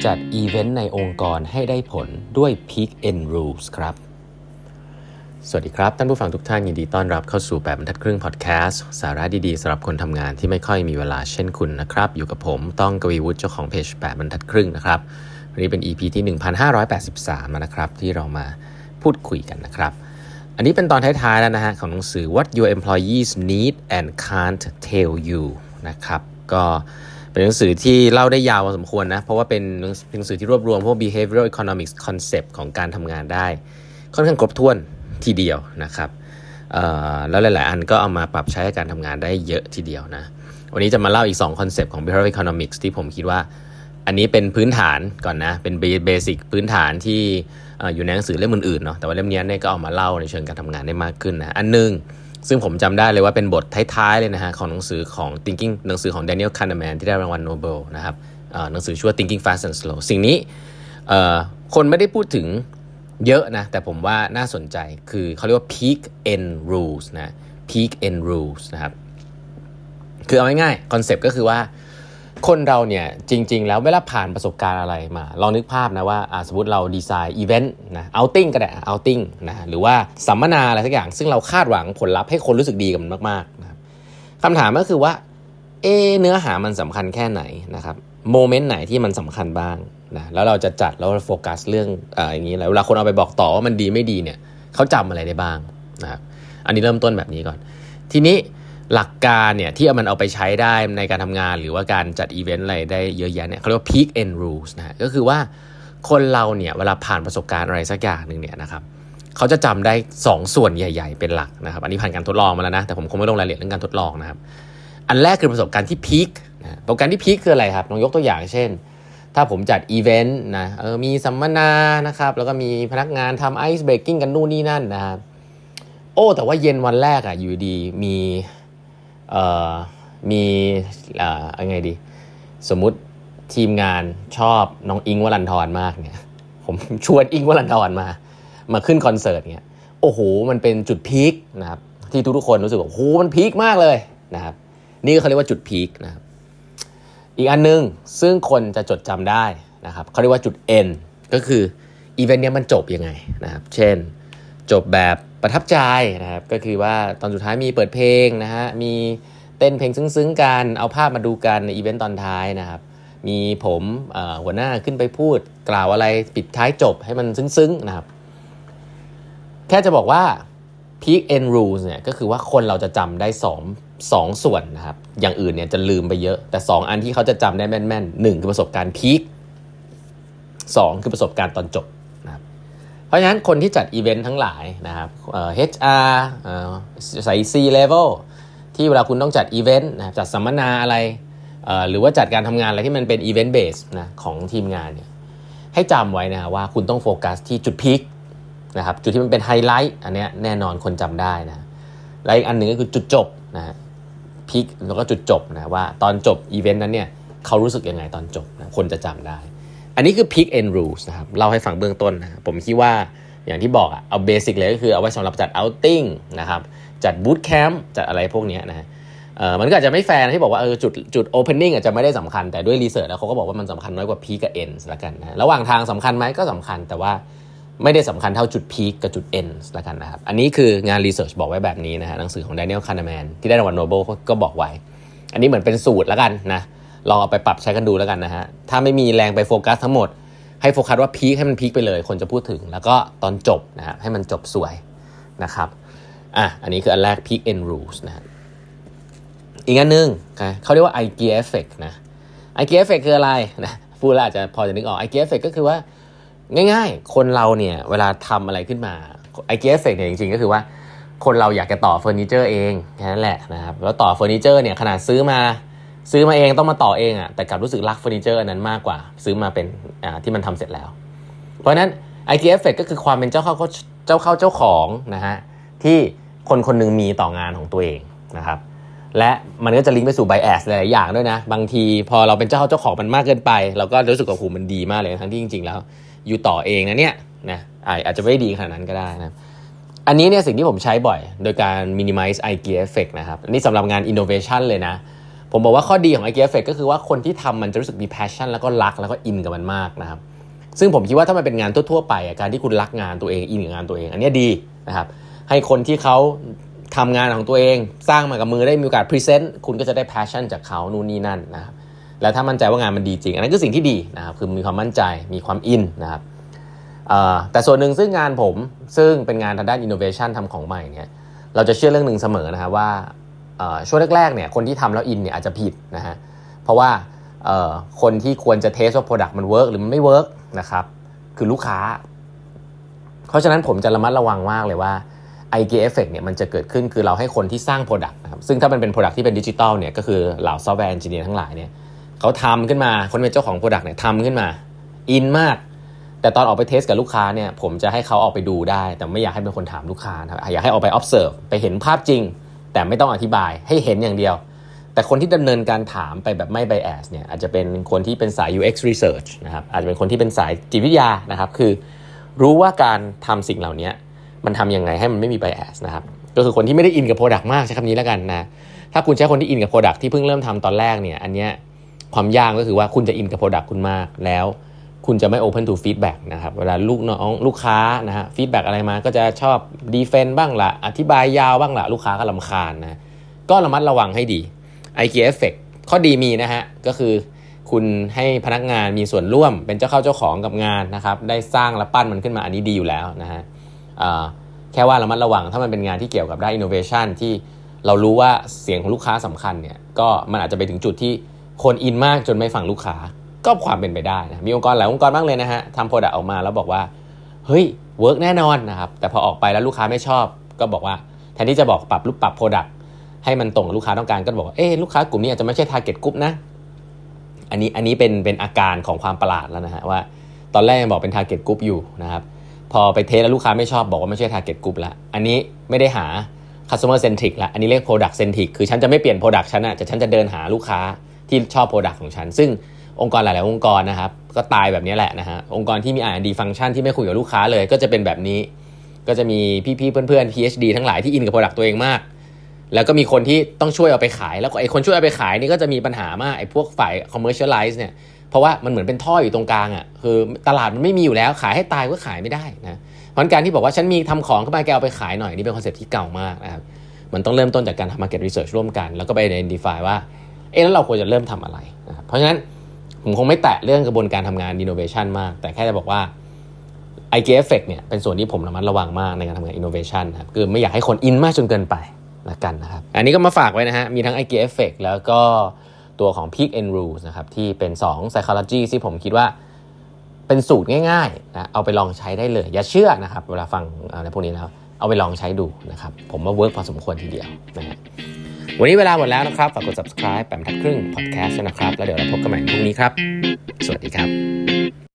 จัดอีเวนต์ในองค์กรให้ได้ผลด้วย Peak End Rules ครับสวัสดีครับท่านผู้ฟังทุกท่านยินดีต้อนรับเข้าสู่8บรรทัดครึ่งพอดแคสต์สาระดีๆสำหรับคนทำงานที่ไม่ค่อยมีเวลาเช่นคุณนะครับอยู่กับผมต้องกวีวุฒิเจ้าของเพจ8บรรทัดครึ่งนะครับวันนี้เป็น EP ที่1583นะครับที่เรามาพูดคุยกันนะครับอันนี้เป็นตอนท้ายๆแล้วนะฮะของหนังสือ What Your Employees Need and Can't Tell You นะครับก็เป็นหนังสือที่เล่าได้ยาวพอสมควรนะเพราะว่าเป็นหนังสือที่รวบรวมพวก behavioral economics concept ของการทำงานได้ค่อนข้างครบถ้วนทีเดียวนะครับแล้วหลายๆอันก็เอามาปรับใช้กับการทำงานได้เยอะทีเดียวนะวันนี้จะมาเล่าอีก2คอนเซปต์ของ behavioral economics ที่ผมคิดว่าอันนี้เป็นพื้นฐานก่อนนะเป็นเบสิกพื้นฐานที่อยู่ในหนังสือเล่มอื่นๆเนาะแต่ว่าเล่มนี้เนี่ยก็เอามาเล่าในเชิงการทำงานได้มากขึ้นนะอันนึงซึ่งผมจำได้เลยว่าเป็นบทท้ายๆเลยนะฮะของหนังสือของ Thinking หนังสือของ Daniel Kahneman ที่ได้รางวัลโนเบลนะครับหนังสือชื่อว่า Thinking Fast and Slow สิ่งนี้คนไม่ได้พูดถึงเยอะนะแต่ผมว่าน่าสนใจคือเขาเรียกว่า Peak End Rules นะ Peak End Rules นะครับคือเอาง่ายๆคอนเซปต์ก็คือว่าคนเราเนี่ยจริงๆแล้วเวลาผ่านประสบการณ์อะไรมาลองนึกภาพนะว่าสมมติเราดีไซน์อีเวนต์นะเอาติ้งก็ได้เอาติ้งนะหรือว่าสัมมนาอะไรสักอย่างซึ่งเราคาดหวังผลลัพธ์ให้คนรู้สึกดีกับมันมากๆนะครับคำถามก็คือว่าเนื้อหามันสำคัญแค่ไหนนะครับโมเมนต์ไหนที่มันสำคัญบ้างนะแล้วเราจะจัดแล้วโฟกัสเรื่องอย่างนี้แล้วเวลาคนเอาไปบอกต่อว่ามันดีไม่ดีเนี่ยเขาจำอะไรได้บ้างนะครับอันนี้เริ่มต้นแบบนี้ก่อนทีนี้หลักการเนี่ยที่มันเอาไปใช้ได้ในการทำงานหรือว่าการจัดอีเวนต์อะไรได้เยอะแยะเนี่ยเขาเรียกว่า Peak End Rules นะก็คือว่าคนเราเนี่ยเวลาผ่านประสบการณ์อะไรสักอย่างนึงเนี่ยนะครับเขาจะจำได้2ส่วนใหญ่ๆเป็นหลักนะครับอันนี้ผ่านการทดลองมาแล้วนะแต่ผมคงไม่ลงรายละเอียดเรื่องการทดลองนะครับอันแรกคือประสบการณ์ที่พีคนะประสบการณ์ที่พีคคืออะไรครับลองยกตัวอย่างเช่นถ้าผมจัดอีเวนต์นะมีสัมมนานะครับแล้วก็มีพนักงานทำไอซ์เบรกกิ้งกันนู่นนี่นั่นนะครับแต่ว่าเย็นวันแรกอยู่ดีมียังไงดีสมมุติทีมงานชอบน้องอิงค์วรันธรมากเนี่ยผมชวนอิงค์วรันธรมาขึ้นคอนเสิร์ตเนี่ยโอ้โหมันเป็นจุดพีคนะครับที่ทุกคนรู้สึกว่าโอ้โหมันพีคมากเลยนะครับนี่ก็เขาเรียกว่าจุดพีคนะครับอีกอันนึงซึ่งคนจะจดจำได้นะครับเขาเรียกว่าจุด N ก็คืออีเวนต์นี้มันจบยังไงนะครับเช่นจบแบบประทับใจนะครับก็คือว่าตอนสุดท้ายมีเปิดเพลงนะฮะมีเต้นเพลงซึ้งๆกันเอาภาพมาดูกันในอีเวนต์ตอนท้ายนะครับมีผมหัวหน้าขึ้นไปพูดกล่าวอะไรปิดท้ายจบให้มันซึ้งๆนะครับแค่จะบอกว่า Peak End Rules เนี่ยก็คือว่าคนเราจะจำได้2ส่วนนะครับอย่างอื่นเนี่ยจะลืมไปเยอะแต่2อันที่เขาจะจำได้แม่นๆ1คือประสบการณ์พีค2คือประสบการณ์ตอนจบนะครับเพราะฉะนั้นคนที่จัดอีเวนต์ทั้งหลายนะครับHR ใส่ C level ที่เวลาคุณต้องจัดอีเวนต์นะจัดสัมมนาอะไรหรือว่าจัดการทำงานอะไรที่มันเป็นอีเวนต์เบสนะของทีมงานเนี่ยให้จำไว้นะว่าคุณต้องโฟกัสที่จุดพีคนะครับจุดที่มันเป็นไฮไลท์อันนี้แน่นอนคนจำได้นะและอีกอันหนึ่งก็คือจุดจบนะพีคแล้วก็จุดจบนะว่าตอนจบอีเวนต์นั้นเนี่ยเขารู้สึกยังไงตอนจบนะคนจะจำได้อันนี้คือ Peak End Rules นะครับเล่าให้ฟังเบื้องต้นนะผมคิดว่าอย่างที่บอกเอาเบสิกเลยก็คือเอาไว้สำหรับจัด outing นะครับจัด boot camp จัดอะไรพวกนี้นะมันก็อาจจะไม่แฟร์ที่บอกว่าจุด opening อาจจะไม่ได้สำคัญแต่ด้วยรีเสิร์ชแล้วเขาก็บอกว่ามันสำคัญน้อยกว่า peak กับ end ละกันนะระหว่างทางสำคัญไหมก็สำคัญแต่ว่าไม่ได้สำคัญเท่าจุด peak กับจุด end ละกันนะครับอันนี้คืองานรีเสิร์ชบอกไว้แบบนี้นะฮะหนังสือของ Daniel Kahneman ที่ได้รางวัลโนเบลก็บอกไว้อันนี้เหมือนเป็นสูตรละกันนะลองเอาไปปรับใช้กันดูแล้วกันนะฮะถ้าไม่มีแรงไปโฟกัสทั้งหมดให้โฟกัสว่าพีคให้มันพีคไปเลยคนจะพูดถึงแล้วก็ตอนจบนะฮะให้มันจบสวยนะครับอันนี้คืออันแรก Peak End Rules นะอีกอันนึงเขาเรียกว่า IKEA Effect นะ IKEA Effect คืออะไรนะพูดแล้วอาจจะพอจะนึกออก IKEA Effect ก็คือว่าง่ายๆคนเราเนี่ยเวลาทำอะไรขึ้นมา IKEA Effect เนี่ยจริงๆก็คือว่าคนเราอยากจะต่อเฟอร์นิเจอร์เองแค่นั้นแหละนะครับแล้วต่อเฟอร์นิเจอร์เนี่ยขนาดซื้อมาเองต้องมาต่อเองแต่กลับรู้สึกรักเฟอร์นิเจอร์อันนั้นมากกว่าซื้อมาเป็นที่มันทำเสร็จแล้วเพราะฉะนั้น IKEA Effect ก็คือความเป็นเจ้าเข้าของนะฮะที่คนนึงมีต่องานของตัวเองนะครับและมันก็จะลิงก์ไปสู่ bias หลายๆอย่างด้วยนะบางทีพอเราเป็นเจ้าของมันมากเกินไปเราก็รู้สึกว่ามันดีมากเลยทั้งที่จริงๆแล้วอยู่ต่อเองนะเนี่ยนะอาจจะไม่ดีขนาดนั้นก็ได้นะอันนี้เนี่ยสิ่งที่ผมใช้บ่อยโดยการ minimize IKEA Effect นะครับนี่สำหรับงาน innovation เลยนะผผมบอกว่าข้อดีของ IKEA Effect ก็คือว่าคนที่ทำมันจะรู้สึกมี passion แล้วก็รักแล้วก็อินกับมันมากนะครับซึ่งผมคิดว่าถ้ามันเป็นงานทั่วๆไปการที่คุณรักงานตัวเองอินกับงานตัวเองอันนี้ดีนะครับให้คนที่เขาทำงานของตัวเองสร้างมากับมือได้มีโอกาสพรีเซนต์คุณก็จะได้ passion จากเขานู่นนี่นั่นนะครับแล้วถ้ามั่นใจว่างานมันดีจริงอันนั้นคือสิ่งที่ดีนะครับคือมีความมั่นใจมีความอินนะครับแต่ส่วนหนึ่งซึ่งงานผมซึ่งเป็นงานทางด้าน innovation ทำของใหม่เนี่ยเราจะเชื่อเรื่องนึงเสมอนะครับว่าช่วงแรกๆเนี่ยคนที่ทำแล้วอินเนี่ยอาจจะผิดนะฮะเพราะว่าคนที่ควรจะเทสว่า product มันเวิร์กหรือมันไม่เวิร์กนะครับคือลูกค้าเพราะฉะนั้นผมจะระมัดระวังมากเลยว่า IKEA Effect เนี่ยมันจะเกิดขึ้นคือเราให้คนที่สร้าง product นะครับซึ่งถ้ามันเป็น product ที่เป็นดิจิทัลเนี่ยก็คือเหล่าซอฟต์แวร์เอนจิเนียร์ทั้งหลายเนี่ยเขาทำขึ้นมาคนเป็นเจ้าของ product เนี่ยทำขึ้นมาอินมากแต่ตอนออกไปเทสกับลูกค้าเนี่ยผมจะให้เขาออกไปดูได้แต่ไม่อยากให้เป็นคนถามลูกค้านะครับอยากให้ออกไป observe ไปเห็นภาพจริงแต่ไม่ต้องอธิบายให้เห็นอย่างเดียวแต่คนที่ดำเนินการถามไปแบบไม่ bias เนี่ยอาจจะเป็นคนที่เป็นสาย UX research นะครับอาจจะเป็นคนที่เป็นสายจิตวิทยานะครับคือรู้ว่าการทำสิ่งเหล่านี้มันทำยังไงให้มันไม่มี bias นะครับก็คือคนที่ไม่ได้อินกับ product มากใช้คำนี้แล้วกันนะถ้าคุณใช้คนที่อินกับ product ที่เพิ่งเริ่มทำตอนแรกเนี่ยอันเนี้ยความยากก็คือว่าคุณจะอินกับ product คุณมากแล้วคุณจะไม่ open to feedback นะครับเวลาลูกค้านะฮะ feedback อะไรมาก็จะชอบ defend บ้างละอธิบายยาวบ้างละลูกค้าก็รำคาญนะก็ระมัดระวังให้ดี IKEA Effect ข้อดีมีนะฮะก็คือคุณให้พนักงานมีส่วนร่วมเป็นเจ้าของกับงานนะครับได้สร้างและปั้นมันขึ้นมาอันนี้ดีอยู่แล้วนะฮะแค่ว่าระมัดระวังถ้ามันเป็นงานที่เกี่ยวกับด้าน innovation ที่เรารู้ว่าเสียงของลูกค้าสำคัญเนี่ยก็มันอาจจะไปถึงจุดที่คนอินมากจนไม่ฟังลูกค้าก็ความเป็นไปได้นะมีองค์กรหลายองค์กรบ้างเลยนะฮะทำ product ออกมาแล้วบอกว่าเฮ้ยเวิร์กแน่นอนนะครับแต่พอออกไปแล้วลูกค้าไม่ชอบก็บอกว่าแทนที่จะบอกปรับ product ให้มันตรงกับลูกค้าต้องการก็บอกว่าลูกค้ากลุ่มนี้อาจจะไม่ใช่ target group นะอันนี้เป็นอาการของความประหลาดแล้วนะฮะว่าตอนแรกยังบอกเป็น target group อยู่นะครับพอไปเทสแล้วลูกค้าไม่ชอบบอกว่าไม่ใช่ target group ละอันนี้ไม่ได้หา customer centric ละอันนี้เรียก product centric คือฉันจะไม่เปลี่ยน product ฉันแต่ฉันจะเดินหาลูกค้าที่ชอบ product ของฉันซึ่งองค์กรหลายๆองค์กรนะครับก็ตายแบบนี้แหละนะฮะองค์กรที่มี R&D ฟังก์ชันที่ไม่คุยกับลูกค้าเลยก็จะเป็นแบบนี้ก็จะมีพี่ๆเพื่อนๆ PhD ทั้งหลายที่อินกับ product ตัวเองมากแล้วก็มีคนที่ต้องช่วยเอาไปขายแล้วไอ้คนช่วยเอาไปขายนี่ก็จะมีปัญหามากไอ้พวกฝ่าย commercialize เนี่ยเพราะว่ามันเหมือนเป็นท่ออยู่ตรงกลางอ่ะคือตลาดมันไม่มีอยู่แล้วขายให้ตายก็ขายไม่ได้นะเพราะการที่บอกว่าฉันมีทำของขึ้นมาแกเอาไปขายหน่อยนี่เป็นคอนเซ็ปต์ที่เก่ามากนะครับมันต้องเริ่มต้นจากการทำ market research ร่วมกันแล้วก็ไป identify ว่าแล้วเราควรจะเริ่มทำอะไรนะครับเพราะฉะนั้นผมคงไม่แตะเรื่องกระบวนการทำงาน innovation มากแต่แค่จะบอกว่า IKEA Effect เนี่ยเป็นส่วนที่ผมระมัดระวังมากในการทำงาน innovation ครับคือไม่อยากให้คนอินมากจนเกินไปละกันนะครับอันนี้ก็มาฝากไว้นะฮะมีทั้ง IKEA Effect แล้วก็ตัวของ Peak and Rules นะครับที่เป็น2 psychology ที่ผมคิดว่าเป็นสูตรง่ายๆนะเอาไปลองใช้ได้เลยอย่าเชื่อนะครับเวลาฟังอะไรพวกนี้แล้วเอาไปลองใช้ดูนะครับผมว่าเวิร์กพอสมควรทีเดียวนะฮะวันนี้เวลาหมดแล้วนะครับฝากกด subscribe แปมทัดครึ่ง podcast นะครับแล้วเดี๋ยวเราพบกันใหม่พรุ่งนี้ครับสวัสดีครับ